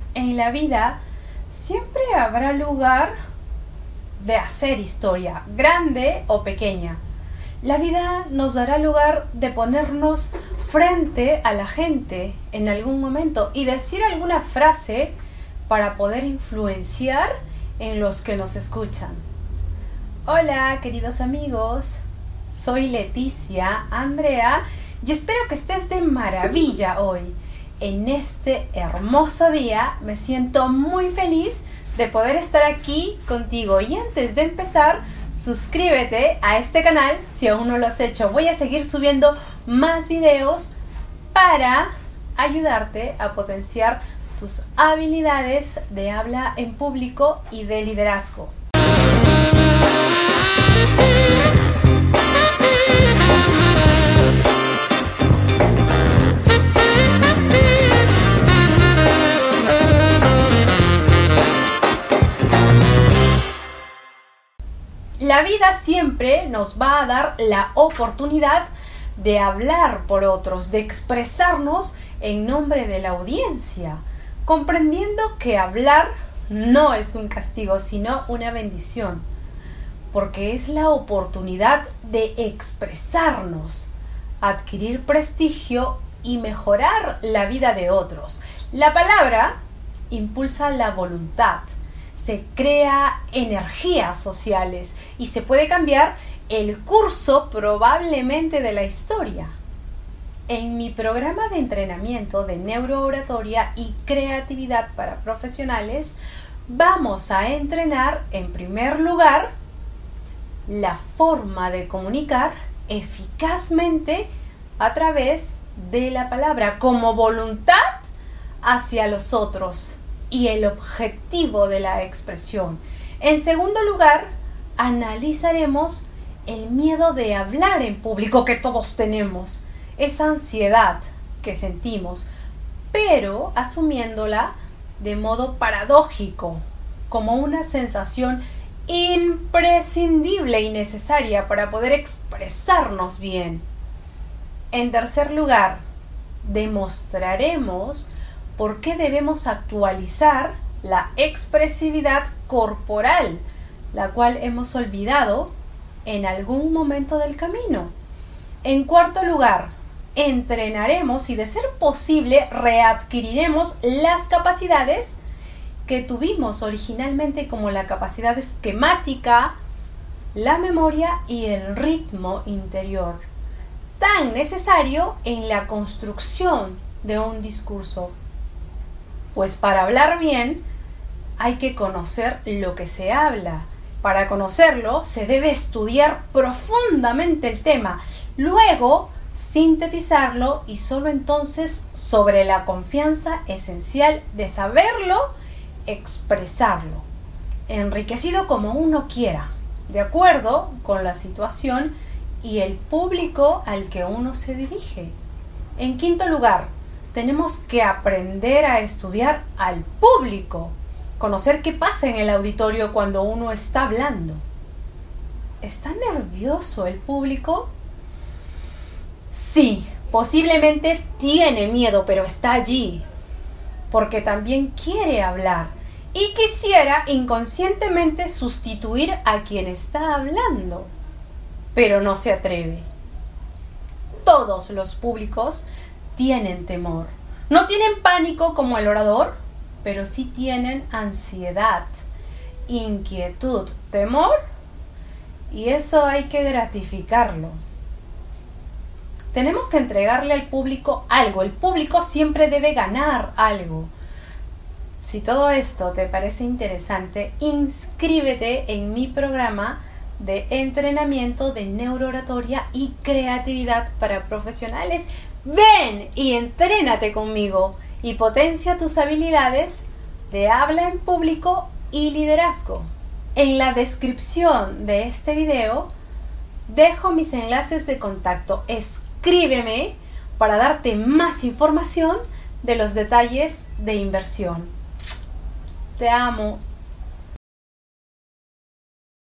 En la vida siempre habrá lugar de hacer historia, grande o pequeña. La vida nos dará lugar de ponernos frente a la gente en algún momento y decir alguna frase para poder influenciar en los que nos escuchan. Hola, queridos amigos, soy Leticia Andrea y espero que estés de maravilla hoy. En este hermoso día me siento muy feliz de poder estar aquí contigo. Y antes de empezar, suscríbete a este canal si aún no lo has hecho. Voy a seguir subiendo más videos para ayudarte a potenciar tus habilidades de habla en público y de liderazgo. La vida siempre nos va a dar la oportunidad de hablar por otros, de expresarnos en nombre de la audiencia, comprendiendo que hablar no es un castigo, sino una bendición, porque es la oportunidad de expresarnos, adquirir prestigio y mejorar la vida de otros. La palabra impulsa la voluntad. Se crea energías sociales y se puede cambiar el curso probablemente de la historia. En mi programa de entrenamiento de neurooratoria y creatividad para profesionales, vamos a entrenar en primer lugar la forma de comunicar eficazmente a través de la palabra como voluntad hacia los otros y el objetivo de la expresión. En segundo lugar, analizaremos el miedo de hablar en público que todos tenemos, esa ansiedad que sentimos, pero asumiéndola de modo paradójico, como una sensación imprescindible y necesaria para poder expresarnos bien. En tercer lugar, demostraremos por qué debemos actualizar la expresividad corporal, la cual hemos olvidado en algún momento del camino. En cuarto lugar, entrenaremos y, de ser posible, readquiriremos las capacidades que tuvimos originalmente, como la capacidad esquemática, la memoria y el ritmo interior, tan necesario en la construcción de un discurso. Pues para hablar bien hay que conocer lo que se habla. Para conocerlo se debe estudiar profundamente el tema, luego sintetizarlo y solo entonces, sobre la confianza esencial de saberlo, expresarlo, enriquecido como uno quiera, de acuerdo con la situación y el público al que uno se dirige. En quinto lugar, tenemos que aprender a estudiar al público, conocer qué pasa en el auditorio cuando uno está hablando. ¿Está nervioso el público? Sí, posiblemente tiene miedo, pero está allí, porque también quiere hablar y quisiera inconscientemente sustituir a quien está hablando, pero no se atreve. Todos los públicos tienen temor. No tienen pánico como el orador, pero sí tienen ansiedad, inquietud, temor, y eso hay que gratificarlo. Tenemos que entregarle al público algo. El público siempre debe ganar algo. Si todo esto te parece interesante, inscríbete en mi programa de entrenamiento de neurooratoria y creatividad para profesionales. Ven y entrénate conmigo y potencia tus habilidades de habla en público y liderazgo. En la descripción de este video dejo mis enlaces de contacto. Escríbeme para darte más información de los detalles de inversión. Te amo.